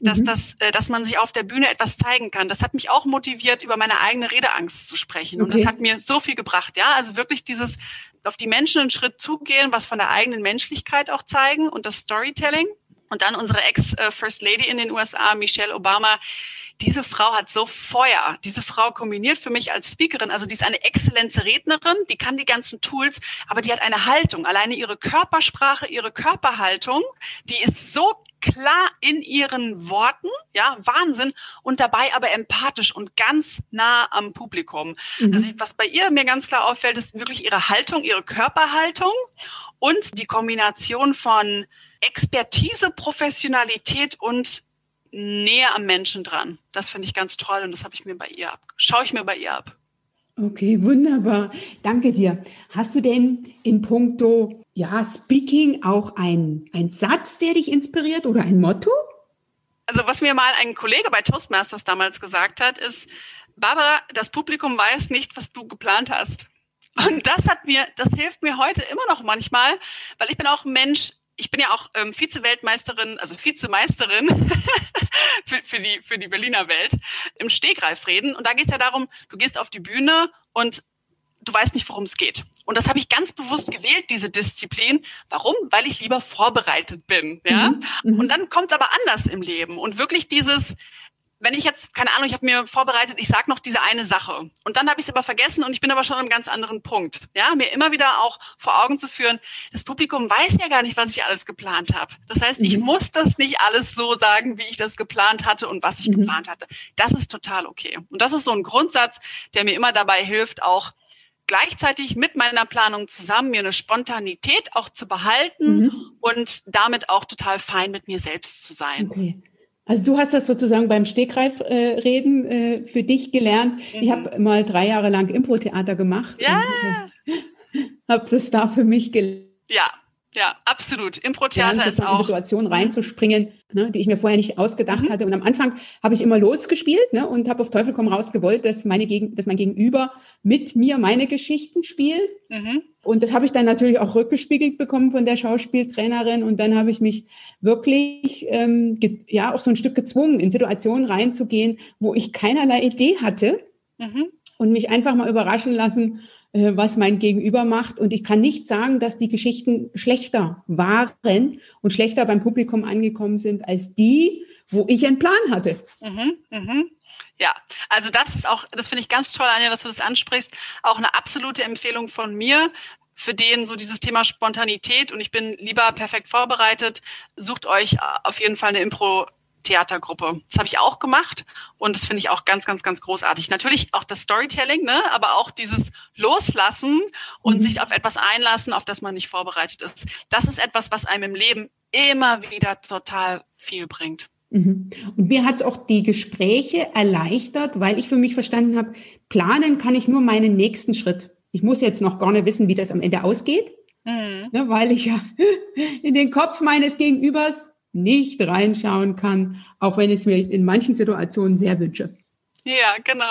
Dass man sich auf der Bühne etwas zeigen kann. Das hat mich auch motiviert, über meine eigene Redeangst zu sprechen. Und das hat mir so viel gebracht. Ja, also wirklich dieses auf die Menschen einen Schritt zugehen, was von der eigenen Menschlichkeit auch zeigen und das Storytelling. Und dann unsere Ex-First Lady in den USA, Michelle Obama. Diese Frau hat so Feuer. Diese Frau kombiniert für mich als Speakerin, also die ist eine exzellente Rednerin, die kann die ganzen Tools, aber die hat eine Haltung. Alleine ihre Körpersprache, ihre Körperhaltung, die ist so klar in ihren Worten, ja, Wahnsinn, und dabei aber empathisch und ganz nah am Publikum. Also was bei ihr mir ganz klar auffällt, ist wirklich ihre Haltung, ihre Körperhaltung und die Kombination von Expertise, Professionalität und Nähe am Menschen dran. Das finde ich ganz toll und das schaue ich mir bei ihr ab. Okay, wunderbar. Danke dir. Hast du denn in puncto Speaking auch einen Satz, der dich inspiriert oder ein Motto? Also was mir mal ein Kollege bei Toastmasters damals gesagt hat, ist, Barbara, das Publikum weiß nicht, was du geplant hast. Und das hilft mir heute immer noch manchmal, weil ich bin auch ein Mensch, ich bin ja auch Vize-Weltmeisterin, also Vizemeisterin für die Berliner Welt im Stegreifreden. Und da geht es ja darum, du gehst auf die Bühne und du weißt nicht, worum es geht. Und das habe ich ganz bewusst gewählt, diese Disziplin. Warum? Weil ich lieber vorbereitet bin. Ja? Und dann kommt es aber anders im Leben. Und wirklich dieses, wenn ich jetzt, keine Ahnung, ich habe mir vorbereitet, ich sage noch diese eine Sache und dann habe ich es aber vergessen und ich bin aber schon an einem ganz anderen Punkt. Ja, mir immer wieder auch vor Augen zu führen, das Publikum weiß ja gar nicht, was ich alles geplant habe. Das heißt, ich muss das nicht alles so sagen, wie ich das geplant hatte und was ich geplant hatte. Das ist total okay. Und das ist so ein Grundsatz, der mir immer dabei hilft, auch gleichzeitig mit meiner Planung zusammen mir eine Spontanität auch zu behalten und damit auch total fein mit mir selbst zu sein. Okay. Also du hast das sozusagen beim Stegreifreden für dich gelernt. Ich habe mal 3 Jahre lang Impro-Theater gemacht und habe das da für mich gelernt. Ja, absolut. Impro-Theater ist in auch... Situationen reinzuspringen, ne, die ich mir vorher nicht ausgedacht hatte. Und am Anfang habe ich immer losgespielt, ne, und habe auf Teufel komm raus gewollt, dass mein Gegenüber mit mir meine Geschichten spielt. Und das habe ich dann natürlich auch rückgespiegelt bekommen von der Schauspieltrainerin. Und dann habe ich mich wirklich auch so ein Stück gezwungen, in Situationen reinzugehen, wo ich keinerlei Idee hatte und mich einfach mal überraschen lassen, was mein Gegenüber macht. Und ich kann nicht sagen, dass die Geschichten schlechter waren und schlechter beim Publikum angekommen sind als die, wo ich einen Plan hatte. Ja, also das finde ich ganz toll, Anja, dass du das ansprichst. Auch eine absolute Empfehlung von mir, für den so dieses Thema Spontanität, und ich bin lieber perfekt vorbereitet, sucht euch auf jeden Fall eine Impro-Theatergruppe. Das habe ich auch gemacht und das finde ich auch ganz, ganz, ganz großartig. Natürlich auch das Storytelling, ne, aber auch dieses Loslassen und sich auf etwas einlassen, auf das man nicht vorbereitet ist. Das ist etwas, was einem im Leben immer wieder total viel bringt. Und mir hat es auch die Gespräche erleichtert, weil ich für mich verstanden habe, planen kann ich nur meinen nächsten Schritt. Ich muss jetzt noch gar nicht wissen, wie das am Ende ausgeht, ne, weil ich ja in den Kopf meines Gegenübers nicht reinschauen kann, auch wenn ich es mir in manchen Situationen sehr wünsche. Ja, genau.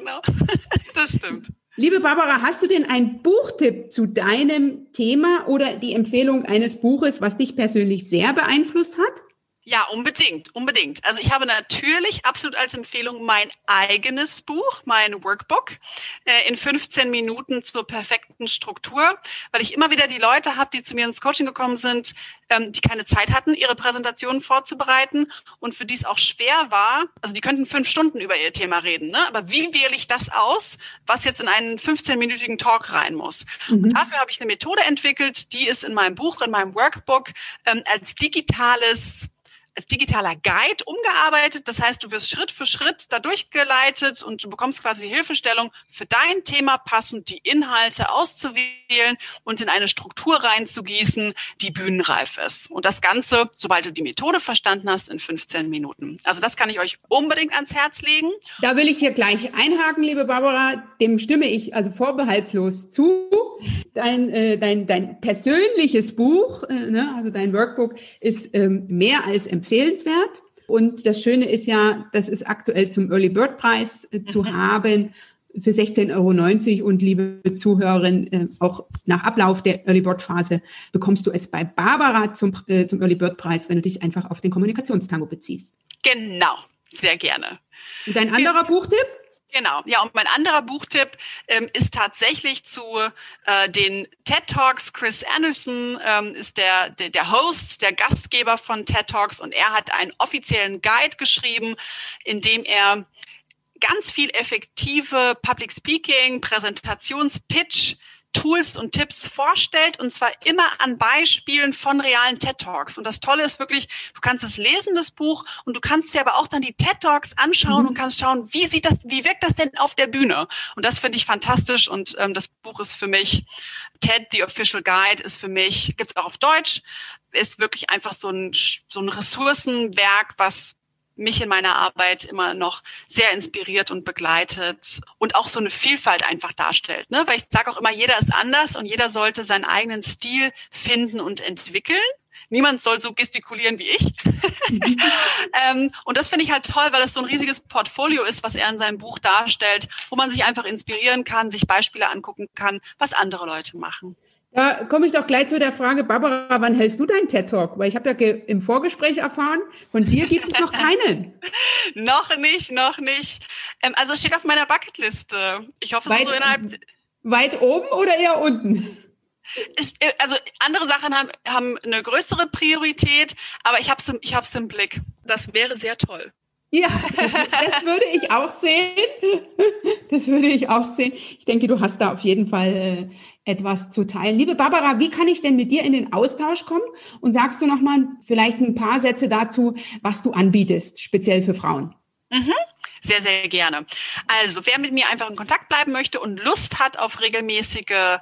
Das stimmt. Liebe Barbara, hast du denn einen Buchtipp zu deinem Thema oder die Empfehlung eines Buches, was dich persönlich sehr beeinflusst hat? Ja, unbedingt. Also ich habe natürlich absolut als Empfehlung mein eigenes Buch, mein Workbook, in 15 Minuten zur perfekten Struktur, weil ich immer wieder die Leute habe, die zu mir ins Coaching gekommen sind, die keine Zeit hatten, ihre Präsentationen vorzubereiten und für die es auch schwer war. Also die könnten 5 Stunden über ihr Thema reden, ne? Aber wie wähle ich das aus, was jetzt in einen 15-minütigen Talk rein muss? Und dafür habe ich eine Methode entwickelt, die ist in meinem Buch, in meinem Workbook als digitaler Guide umgearbeitet. Das heißt, du wirst Schritt für Schritt da durchgeleitet und du bekommst quasi die Hilfestellung, für dein Thema passend die Inhalte auszuwählen und in eine Struktur reinzugießen, die bühnenreif ist. Und das Ganze, sobald du die Methode verstanden hast, in 15 Minuten. Also das kann ich euch unbedingt ans Herz legen. Da will ich hier gleich einhaken, liebe Barbara. Dem stimme ich also vorbehaltlos zu. Dein persönliches Buch, also dein Workbook, ist mehr als empfehlenswert. Und das Schöne ist ja, das ist aktuell zum Early Bird Preis zu haben für 16,90 €. Und liebe Zuhörerin, auch nach Ablauf der Early Bird Phase bekommst du es bei Barbara zum Early Bird Preis, wenn du dich einfach auf den Kommunikationstango beziehst. Genau, sehr gerne. Und dein anderer Buchtipp? Genau, ja, und mein anderer Buchtipp ist tatsächlich zu den TED Talks. Chris Anderson ist der Host, der Gastgeber von TED Talks, und er hat einen offiziellen Guide geschrieben, in dem er ganz viel effektive Public Speaking, Präsentations-Pitch, Tools und Tipps vorstellt, und zwar immer an Beispielen von realen TED Talks. Und das Tolle ist wirklich, du kannst es lesen, das Buch, und du kannst dir aber auch dann die TED Talks anschauen und kannst schauen, wie wirkt das denn auf der Bühne? Und das finde ich fantastisch, und das Buch ist für mich, TED, The Official Guide, ist für mich, gibt's auch auf Deutsch, ist wirklich einfach so ein Ressourcenwerk, was mich in meiner Arbeit immer noch sehr inspiriert und begleitet und auch so eine Vielfalt einfach darstellt, ne? Weil ich sage auch immer, jeder ist anders und jeder sollte seinen eigenen Stil finden und entwickeln. Niemand soll so gestikulieren wie ich. Und das finde ich halt toll, weil das so ein riesiges Portfolio ist, was er in seinem Buch darstellt, wo man sich einfach inspirieren kann, sich Beispiele angucken kann, was andere Leute machen. Da komme ich doch gleich zu der Frage, Barbara, wann hältst du deinen TED-Talk? Weil ich habe ja im Vorgespräch erfahren, von dir gibt es noch keinen. Noch nicht. Also es steht auf meiner Bucketliste. Ich hoffe, es ist so innerhalb... Weit oben oder eher unten? Also andere Sachen haben eine größere Priorität, aber ich hab's im Blick. Das wäre sehr toll. Ja, das würde ich auch sehen. Ich denke, du hast da auf jeden Fall etwas zu teilen. Liebe Barbara, wie kann ich denn mit dir in den Austausch kommen? Und sagst du noch mal vielleicht ein paar Sätze dazu, was du anbietest, speziell für Frauen? Sehr, sehr gerne. Also, wer mit mir einfach in Kontakt bleiben möchte und Lust hat auf regelmäßige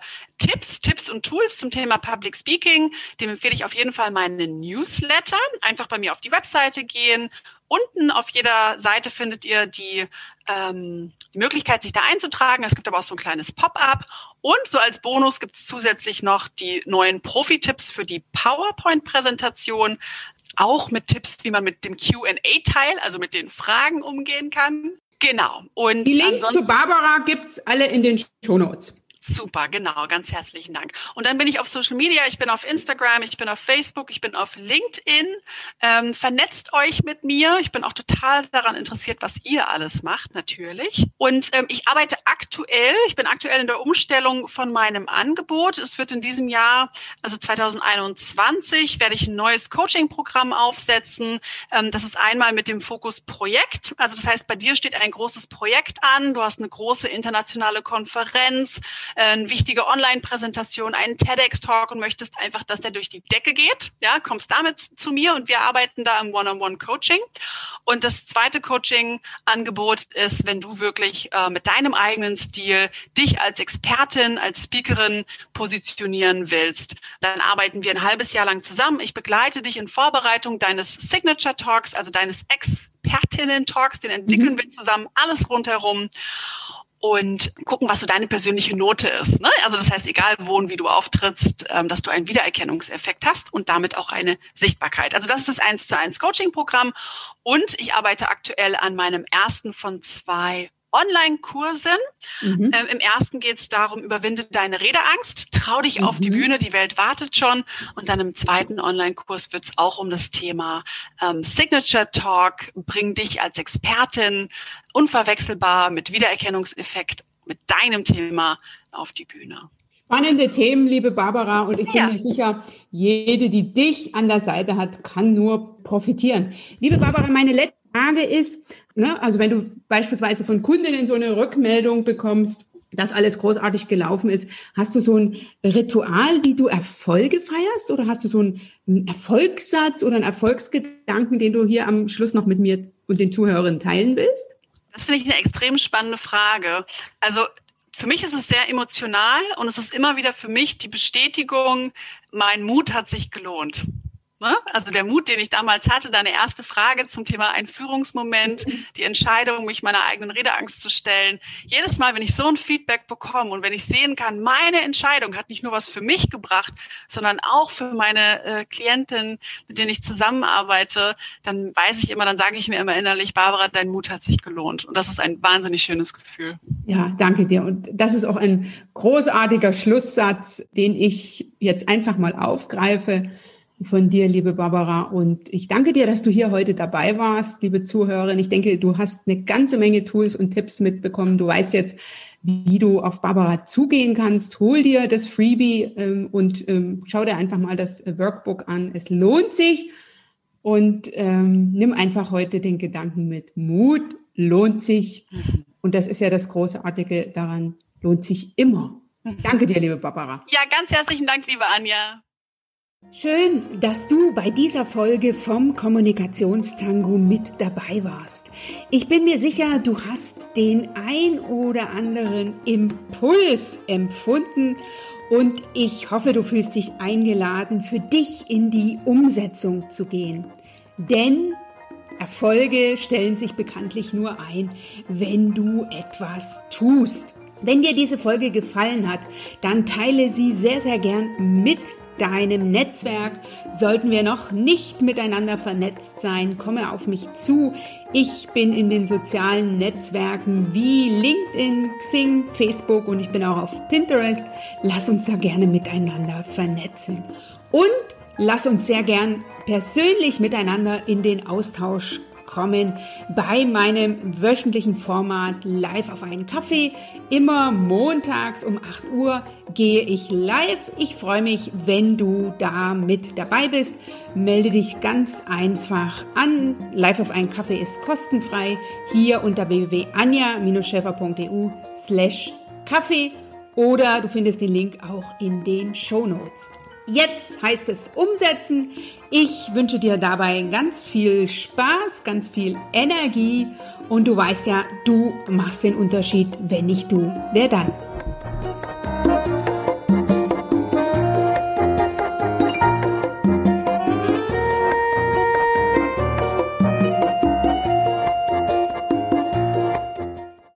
Tipps und Tools zum Thema Public Speaking, dem empfehle ich auf jeden Fall meinen Newsletter. Einfach bei mir auf die Webseite gehen. Unten auf jeder Seite findet ihr die Möglichkeit, sich da einzutragen. Es gibt aber auch so ein kleines Pop-up. Und so als Bonus gibt es zusätzlich noch die neuen Profi-Tipps für die PowerPoint-Präsentation. Auch mit Tipps, wie man mit dem Q&A-Teil, also mit den Fragen umgehen kann. Genau. Und die Links zu Barbara gibt's alle in den Shownotes. Super, genau, ganz herzlichen Dank. Und dann bin ich auf Social Media, ich bin auf Instagram, ich bin auf Facebook, ich bin auf LinkedIn. Vernetzt euch mit mir. Ich bin auch total daran interessiert, was ihr alles macht, natürlich. Und ich bin aktuell in der Umstellung von meinem Angebot. Es wird in diesem Jahr, also 2021, werde ich ein neues Coaching-Programm aufsetzen. Das ist einmal mit dem Fokus Projekt. Also das heißt, bei dir steht ein großes Projekt an. Du hast eine große internationale Konferenz, eine wichtige Online-Präsentation, einen TEDx-Talk und möchtest einfach, dass der durch die Decke geht, ja, kommst damit zu mir und wir arbeiten da im One-on-One-Coaching. Und das zweite Coaching-Angebot ist, wenn du wirklich mit deinem eigenen Stil dich als Expertin, als Speakerin positionieren willst, dann arbeiten wir ein halbes Jahr lang zusammen. Ich begleite dich in Vorbereitung deines Signature-Talks, also deines Expertinnen-Talks, den entwickeln wir zusammen, alles rundherum. Und gucken, was so deine persönliche Note ist. Ne? Also das heißt, egal wo und wie du auftrittst, dass du einen Wiedererkennungseffekt hast und damit auch eine Sichtbarkeit. Also das ist das 1:1 Coaching-Programm. Und ich arbeite aktuell an meinem ersten von 2 Online-Kursen. Im ersten geht es darum, überwinde deine Redeangst, trau dich auf die Bühne, die Welt wartet schon. Und dann im zweiten Online-Kurs wird es auch um das Thema Signature Talk, bring dich als Expertin unverwechselbar mit Wiedererkennungseffekt mit deinem Thema auf die Bühne. Spannende Themen, liebe Barbara, und ich bin mir sicher, jede, die dich an der Seite hat, kann nur profitieren. Liebe Barbara, meine letzte Frage ist, also wenn du beispielsweise von Kundinnen so eine Rückmeldung bekommst, dass alles großartig gelaufen ist, hast du so ein Ritual, wie du Erfolge feierst, oder hast du so einen Erfolgssatz oder einen Erfolgsgedanken, den du hier am Schluss noch mit mir und den Zuhörern teilen willst? Das finde ich eine extrem spannende Frage. Also für mich ist es sehr emotional und es ist immer wieder für mich die Bestätigung, mein Mut hat sich gelohnt. Ne? Also der Mut, den ich damals hatte, deine erste Frage zum Thema ein Führungsmoment, die Entscheidung, mich meiner eigenen Redeangst zu stellen. Jedes Mal, wenn ich so ein Feedback bekomme und wenn ich sehen kann, meine Entscheidung hat nicht nur was für mich gebracht, sondern auch für meine Klienten, mit denen ich zusammenarbeite, dann dann sage ich mir immer innerlich, Barbara, dein Mut hat sich gelohnt. Und das ist ein wahnsinnig schönes Gefühl. Ja, danke dir. Und das ist auch ein großartiger Schlusssatz, den ich jetzt einfach mal aufgreife von dir, liebe Barbara. Und ich danke dir, dass du hier heute dabei warst, liebe Zuhörerin. Ich denke, du hast eine ganze Menge Tools und Tipps mitbekommen. Du weißt jetzt, wie du auf Barbara zugehen kannst. Hol dir das Freebie und schau dir einfach mal das Workbook an. Es lohnt sich. Und nimm einfach heute den Gedanken mit. Mut lohnt sich. Und das ist ja das Großartige daran. Lohnt sich immer. Danke dir, liebe Barbara. Ja, ganz herzlichen Dank, liebe Anja. Schön, dass du bei dieser Folge vom Kommunikationstango mit dabei warst. Ich bin mir sicher, du hast den ein oder anderen Impuls empfunden und ich hoffe, du fühlst dich eingeladen, für dich in die Umsetzung zu gehen. Denn Erfolge stellen sich bekanntlich nur ein, wenn du etwas tust. Wenn dir diese Folge gefallen hat, dann teile sie sehr, sehr gern mit deinem Netzwerk. Sollten wir noch nicht miteinander vernetzt sein, komme auf mich zu. Ich bin in den sozialen Netzwerken wie LinkedIn, Xing, Facebook und ich bin auch auf Pinterest. Lass uns da gerne miteinander vernetzen. Und lass uns sehr gern persönlich miteinander in den Austausch kommen bei meinem wöchentlichen Format Live auf einen Kaffee. Immer montags um 8 Uhr gehe ich live. Ich freue mich, wenn du da mit dabei bist. Melde dich ganz einfach an. Live auf einen Kaffee ist kostenfrei. Hier unter www.anja-schäfer.eu/Kaffee oder du findest den Link auch in den Shownotes. Jetzt heißt es umsetzen. Ich wünsche dir dabei ganz viel Spaß, ganz viel Energie und du weißt ja, du machst den Unterschied. Wenn nicht du, wer dann?